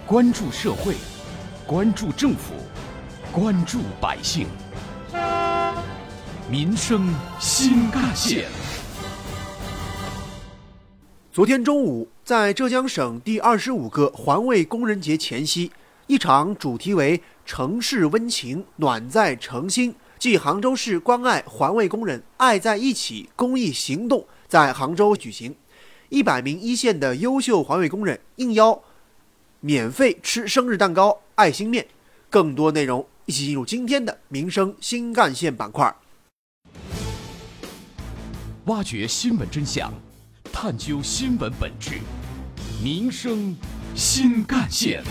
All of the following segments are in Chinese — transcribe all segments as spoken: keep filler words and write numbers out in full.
关注社会，关注政府，关注百姓，民生新干线。 昨天中午，在浙江省第二十五个环卫工人节前夕，一场主题为“城市温情，暖在城心”即杭州市关爱环卫工人爱在一起公益行动在杭州举行。一百名一线的优秀环卫工人应邀免费吃生日蛋糕、爱心面。更多内容一起进入今天的民生新干线板块， 挖掘新闻真相，探究新闻本质，民生新干线。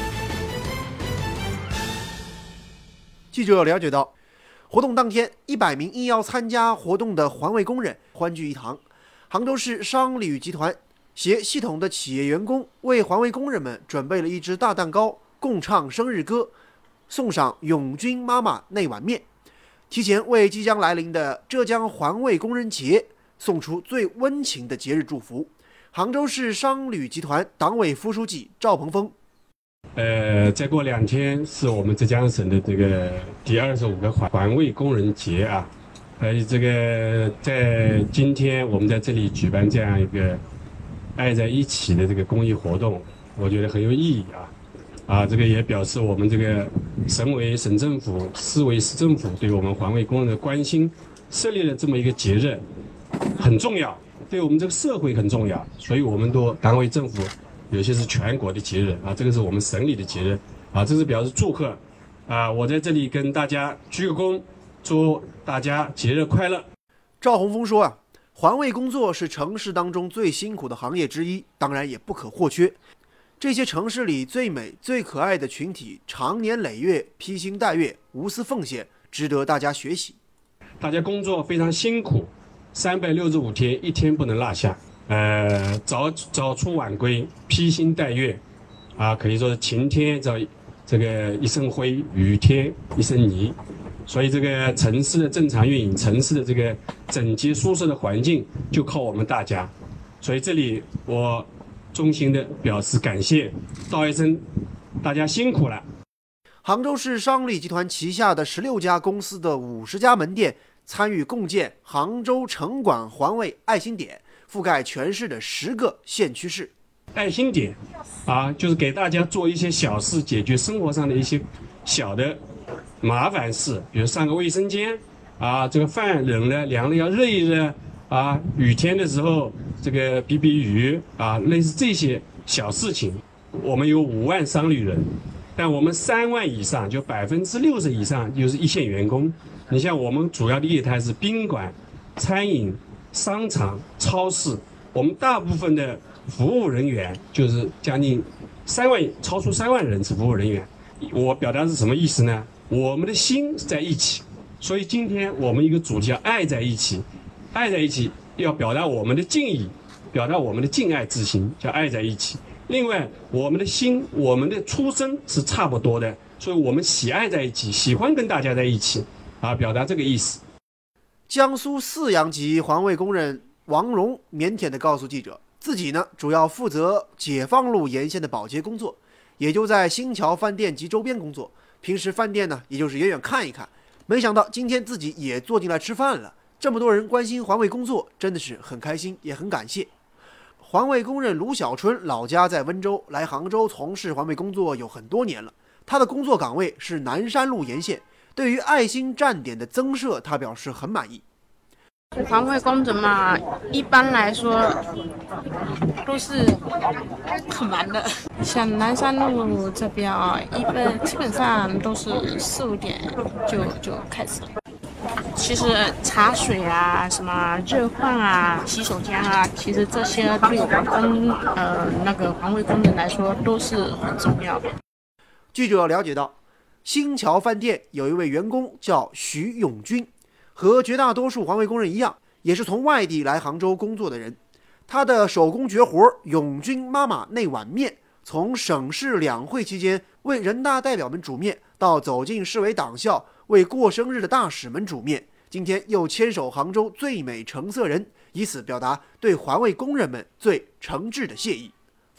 记者了解到，活动当天，一百名应邀参加活动的环卫工人欢聚一堂。杭州市商旅集团携系统的企业员工为环卫工人们准备了一只大蛋糕，共唱生日歌，送上永军妈妈那碗面，提前为即将来临的浙江环卫工人节送出最温情的节日祝福。杭州市商旅集团党委副书记赵鹏峰， 呃，再过两天是我们浙江省的这个第二十五个环环卫工人节啊，呃，这个在今天我们在这里举办这样一个爱在一起的这个公益活动，我觉得很有意义啊。啊，这个也表示我们这个省委、省政府、市委、市政府对我们环卫工人的关心，设立了这么一个节日，很重要，对我们这个社会很重要，所以我们都党委政府有些是全国的节日啊，这个是我们省里的节日啊，这是表示祝贺啊。我在这里跟大家鞠个躬，祝大家节日快乐。 赵宏峰说啊，环卫工作是城市当中最辛苦的行业之一，当然也不可或缺。这些城市里最美、最可爱的群体，长年累月披星戴月、无私奉献，值得大家学习。 大家工作非常辛苦，三百六十五天，一天不能落下。呃，早早出晚归，披星戴月，啊，可以说是晴天这这个一身灰，雨天一身泥。所以这个城市的正常运营，城市的这个整洁舒适的环境，就靠我们大家。所以这里我衷心的表示感谢，道一声大家辛苦了。 杭州市商旅集团旗下的十六家公司的五十家门店参与共建杭州城管环卫爱心点，覆盖全市的十个县区市。 爱心点啊，就是给大家做一些小事，解决生活上的一些小的麻烦事，比如上个卫生间啊，这个饭冷了凉了要热一热啊，雨天的时候这个避避雨啊，类似这些小事情。我们有五万商旅人，但我们三万以上，就百分之六十以上就是一线员工。你像我们主要的业态是宾馆、餐饮、商场、超市，我们大部分的服务人员就是将近三万，超出三万人是服务人员。我表达是什么意思呢？我们的心在一起，所以今天我们一个主题叫爱在一起，爱在一起要表达我们的敬意，表达我们的敬爱之心，叫爱在一起。另外，我们的心，我们的出身是差不多的，所以我们喜爱在一起，喜欢跟大家在一起，啊，表达这个意思。 江苏泗阳籍环卫工人王荣腼腆地告诉记者，自己呢主要负责解放路沿线的保洁工作，也就在新桥饭店及周边工作。平时饭店呢，也就是远远看一看。没想到今天自己也坐进来吃饭了。这么多人关心环卫工作，真的是很开心，也很感谢。环卫工人卢小春老家在温州，来杭州从事环卫工作有很多年了。他的工作岗位是南山路沿线，对于爱心站点的增设，他表示很满意。 环卫工人嘛，一般来说都是很忙的。像南山路这边啊，一般基本上都是四五点就就开始了。其实茶水啊、什么热饭啊、洗手间啊，其实这些对我们工呃那个环卫工人来说都是很重要的。 记者了解到，新桥饭店有一位员工叫徐永军，和绝大多数环卫工人一样，也是从外地来杭州工作的人。他的手工绝活永军妈妈那碗面，从省市两会期间为人大代表们煮面，到走进市委党校为过生日的大使们煮面，今天又牵手杭州最美橙色人，以此表达对环卫工人们最诚挚的谢意。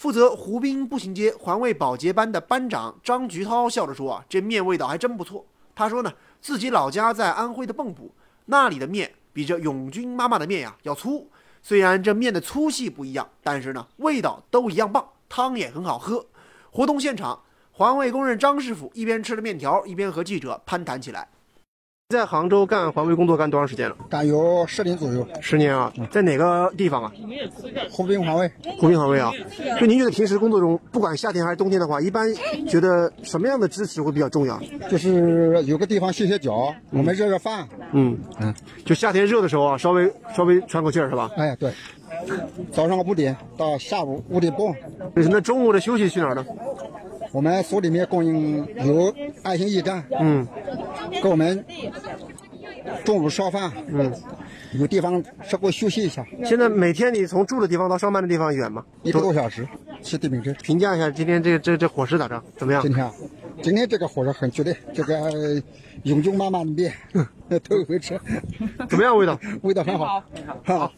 负责湖滨步行街环卫保洁班的班长张菊涛笑着说啊，这面味道还真不错。他说呢，自己老家在安徽的蚌埠，那里的面比这永军妈妈的面呀要粗。虽然这面的粗细不一样，但是呢，味道都一样棒，汤也很好喝。活动现场，环卫工人张师傅一边吃着面条，一边和记者攀谈起来。在杭州干环卫工作干多长时间了？ 干有十年左右。 十年啊，在哪个地方啊？ 湖滨环卫。 湖滨环卫啊，就您觉得平时工作中，不管夏天还是冬天的话，一般觉得什么样的支持会比较重要？ 就是有个地方歇歇脚，我们热热饭。 嗯嗯，就夏天热的时候啊，稍微稍微喘口气儿是吧？ 哎，对。早上五点到下午五点半。 那中午的休息去哪儿呢？ 我们所里面供应有爱心驿站，嗯，给我们中午烧饭，嗯，有地方稍微休息一下。 现在每天你从住的地方到上班的地方远吗？ 一个多小时，骑电瓶车。 评价一下今天这这这伙食咋着？怎么样？ 今天啊，今天这个伙食很绝对，这个永军妈妈的面，头一回吃， 怎么样？味道？ 味道很好，很好。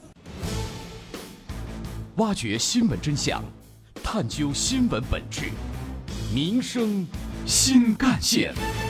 挖掘新闻真相，探究新闻本质。民生新干线。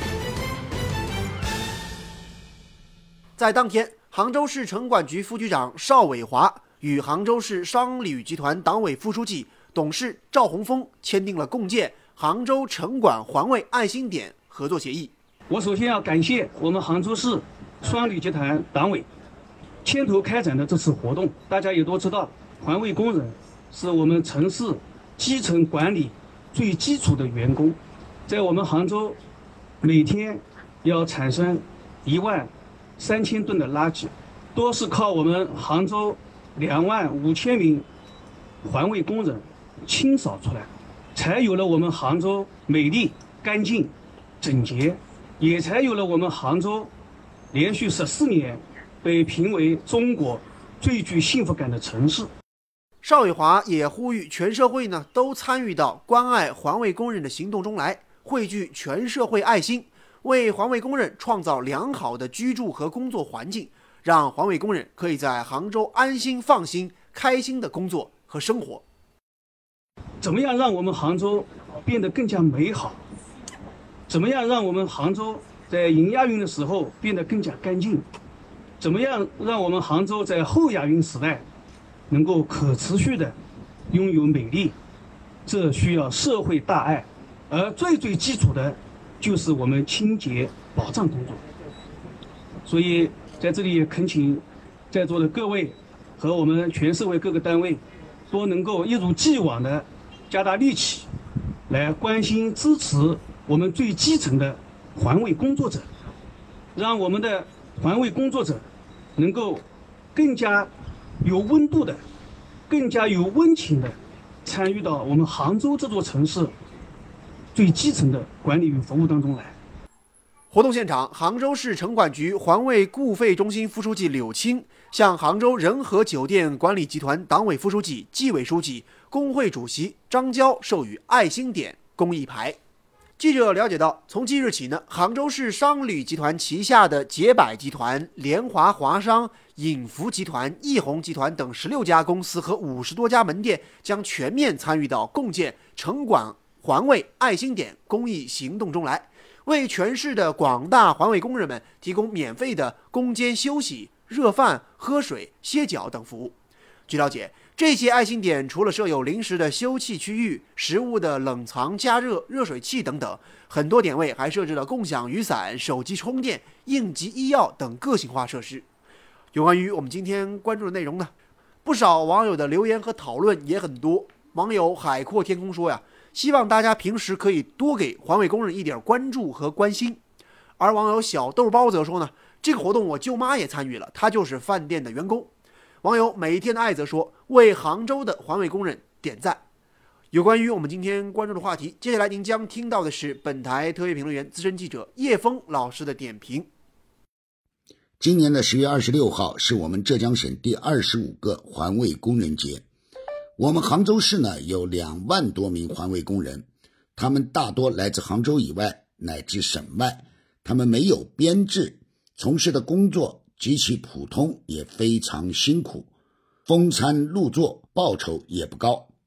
在当天，杭州市城管局副局长邵伟华与杭州市商旅集团党委副书记、董事赵洪峰签订了共建杭州城管环卫爱心点合作协议。 我首先要感谢我们杭州市商旅集团党委牵头开展的这次活动。大家也都知道，环卫工人是我们城市基层管理最基础的员工，在我们杭州，每天要产生一万三千吨的垃圾，都是靠我们杭州两万五千名环卫工人清扫出来，才有了我们杭州美丽、干净、整洁，也才有了我们杭州连续十四年被评为中国最具幸福感的城市。 邵伟华也呼吁全社会呢都参与到关爱环卫工人的行动中来，汇聚全社会爱心，为环卫工人创造良好的居住和工作环境，让环卫工人可以在杭州安心放心开心的工作和生活。 怎么样让我们杭州变得更加美好？怎么样让我们杭州在迎亚运的时候变得更加干净？怎么样让我们杭州在后亚运时代能够可持续的拥有美丽？这需要社会大爱，而最最基础的就是我们清洁保障工作。所以在这里也恳请在座的各位和我们全社会各个单位都能够一如既往的加大力气，来关心支持我们最基层的环卫工作者，让我们的环卫工作者能够更加有温度的、更加有温情的参与到我们杭州这座城市最基层的管理与服务当中来。 活动现场，杭州市城管局环卫顾费中心副书记柳青向杭州仁和酒店管理集团党委副书记、纪委书记、工会主席张娇授予爱心点公益牌。记者了解到，从即日起呢，杭州市商旅集团旗下的捷百集团、联华华商、引福集团、益宏集团等十六家公司和五十多家门店将全面参与到共建城管环卫爱心点公益行动中来，为全市的广大环卫工人们提供免费的攻坚休息、热饭、喝水、歇脚等服务。据了解，这些爱心点除了设有临时的休憩区域、食物的冷藏加热、热水器等等，很多点位还设置了共享雨伞、手机充电、应急医药等个性化设施。有关于我们今天关注的内容呢，不少网友的留言和讨论也很多。网友海阔天空说呀，希望大家平时可以多给环卫工人一点关注和关心。而网友小豆包则说呢，这个活动我舅妈也参与了，她就是饭店的员工。网友每天的爱则说，为杭州的环卫工人点赞。有关于我们今天关注的话题，接下来您将听到的是本台特约评论员、资深记者叶峰老师的点评。 今年的十月二十六号是我们浙江省第二十五个环卫工人节。我们杭州市呢有两万多名环卫工人，他们大多来自杭州以外乃至省外，他们没有编制，从事的工作极其普通，也非常辛苦，风餐露坐，报酬也不高，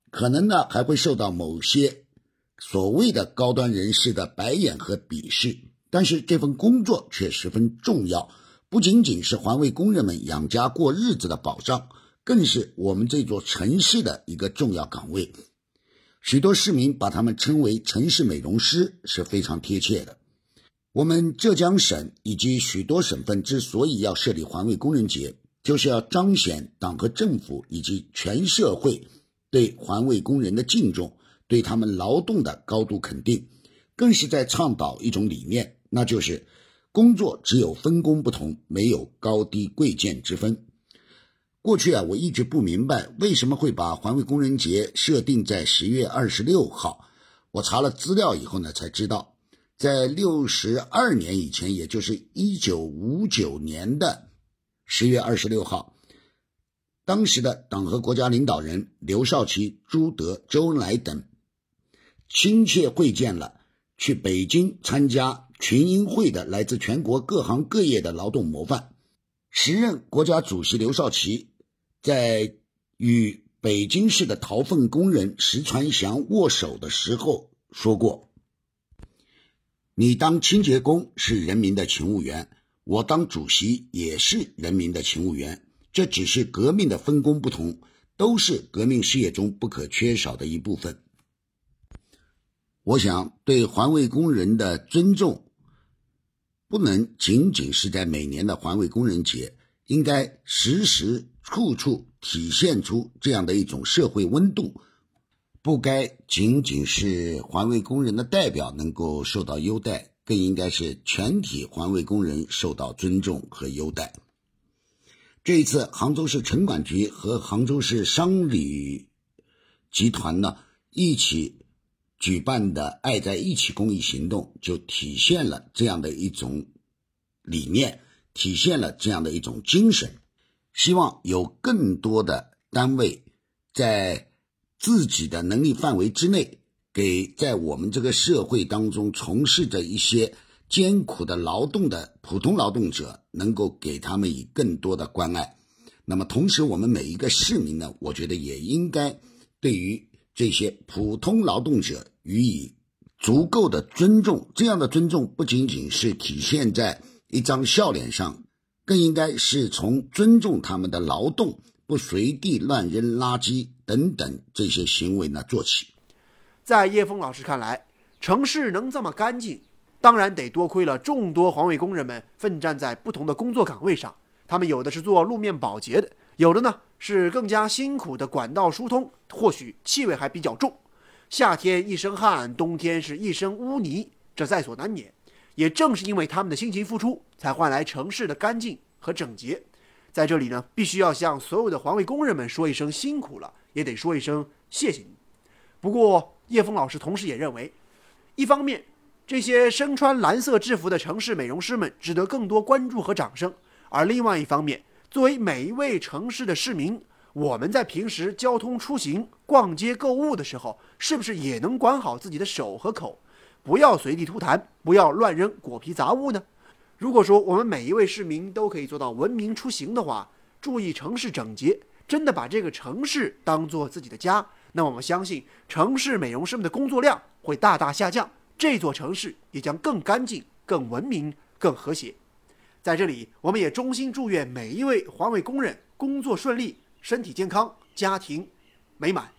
可能呢还会受到某些所谓的高端人士的白眼和鄙视，但是这份工作却十分重要，不仅仅是环卫工人们养家过日子的保障，更是我们这座城市的一个重要岗位。许多市民把他们称为城市美容师，是非常贴切的。我们浙江省以及许多省份之所以要设立环卫工人节，就是要彰显党和政府以及全社会对环卫工人的敬重，对他们劳动的高度肯定，更是在倡导一种理念，那就是工作只有分工不同，没有高低贵贱之分。过去啊，我一直不明白为什么会把环卫工人节设定在十月二十六号。我查了资料以后呢，才知道在六十二年以前，也就是一九五九年的十月二十六号，当时的党和国家领导人刘少奇、朱德、周恩来等亲切会见了去北京参加群英会的来自全国各行各业的劳动模范。时任国家主席刘少奇在与北京市的陶粪工人石传祥握手的时候说过，你当清洁工是人民的勤务员，我当主席也是人民的勤务员，这只是革命的分工不同，都是革命事业中不可缺少的一部分。我想对环卫工人的尊重不能仅仅是在每年的环卫工人节，应该时时处处体现出这样的一种社会温度，不该仅仅是环卫工人的代表能够受到优待，更应该是全体环卫工人受到尊重和优待。这一次杭州市城管局和杭州市商旅集团呢一起举办的爱在一起公益行动，就体现了这样的一种理念，体现了这样的一种精神。希望有更多的单位在自己的能力范围之内，给在我们这个社会当中从事着一些艰苦的劳动的普通劳动者，能够给他们以更多的关爱。那么同时我们每一个市民呢，我觉得也应该对于这些普通劳动者予以足够的尊重，这样的尊重不仅仅是体现在一张笑脸上，更应该是从尊重他们的劳动，不随地乱扔垃圾等等这些行为呢做起。 在叶峰老师看来，城市能这么干净，当然得多亏了众多环卫工人们奋战在不同的工作岗位上。他们有的是做路面保洁的，有的呢是更加辛苦的管道疏通，或许气味还比较重，夏天一身汗，冬天是一身污泥，这在所难免。也正是因为他们的辛勤付出，才换来城市的干净和整洁。在这里呢，必须要向所有的环卫工人们说一声辛苦了，也得说一声谢谢你。不过叶峰老师同时也认为，一方面这些身穿蓝色制服的城市美容师们值得更多关注和掌声，而另外一方面，作为每一位城市的市民，我们在平时交通出行、逛街购物的时候，是不是也能管好自己的手和口，不要随地吐痰，不要乱扔果皮杂物呢？如果说我们每一位市民都可以做到文明出行的话，注意城市整洁，真的把这个城市当做自己的家，那我们相信城市美容师们的工作量会大大下降，这座城市也将更干净、更文明、更和谐。在这里，我们也衷心祝愿每一位环卫工人工作顺利，身体健康，家庭美满。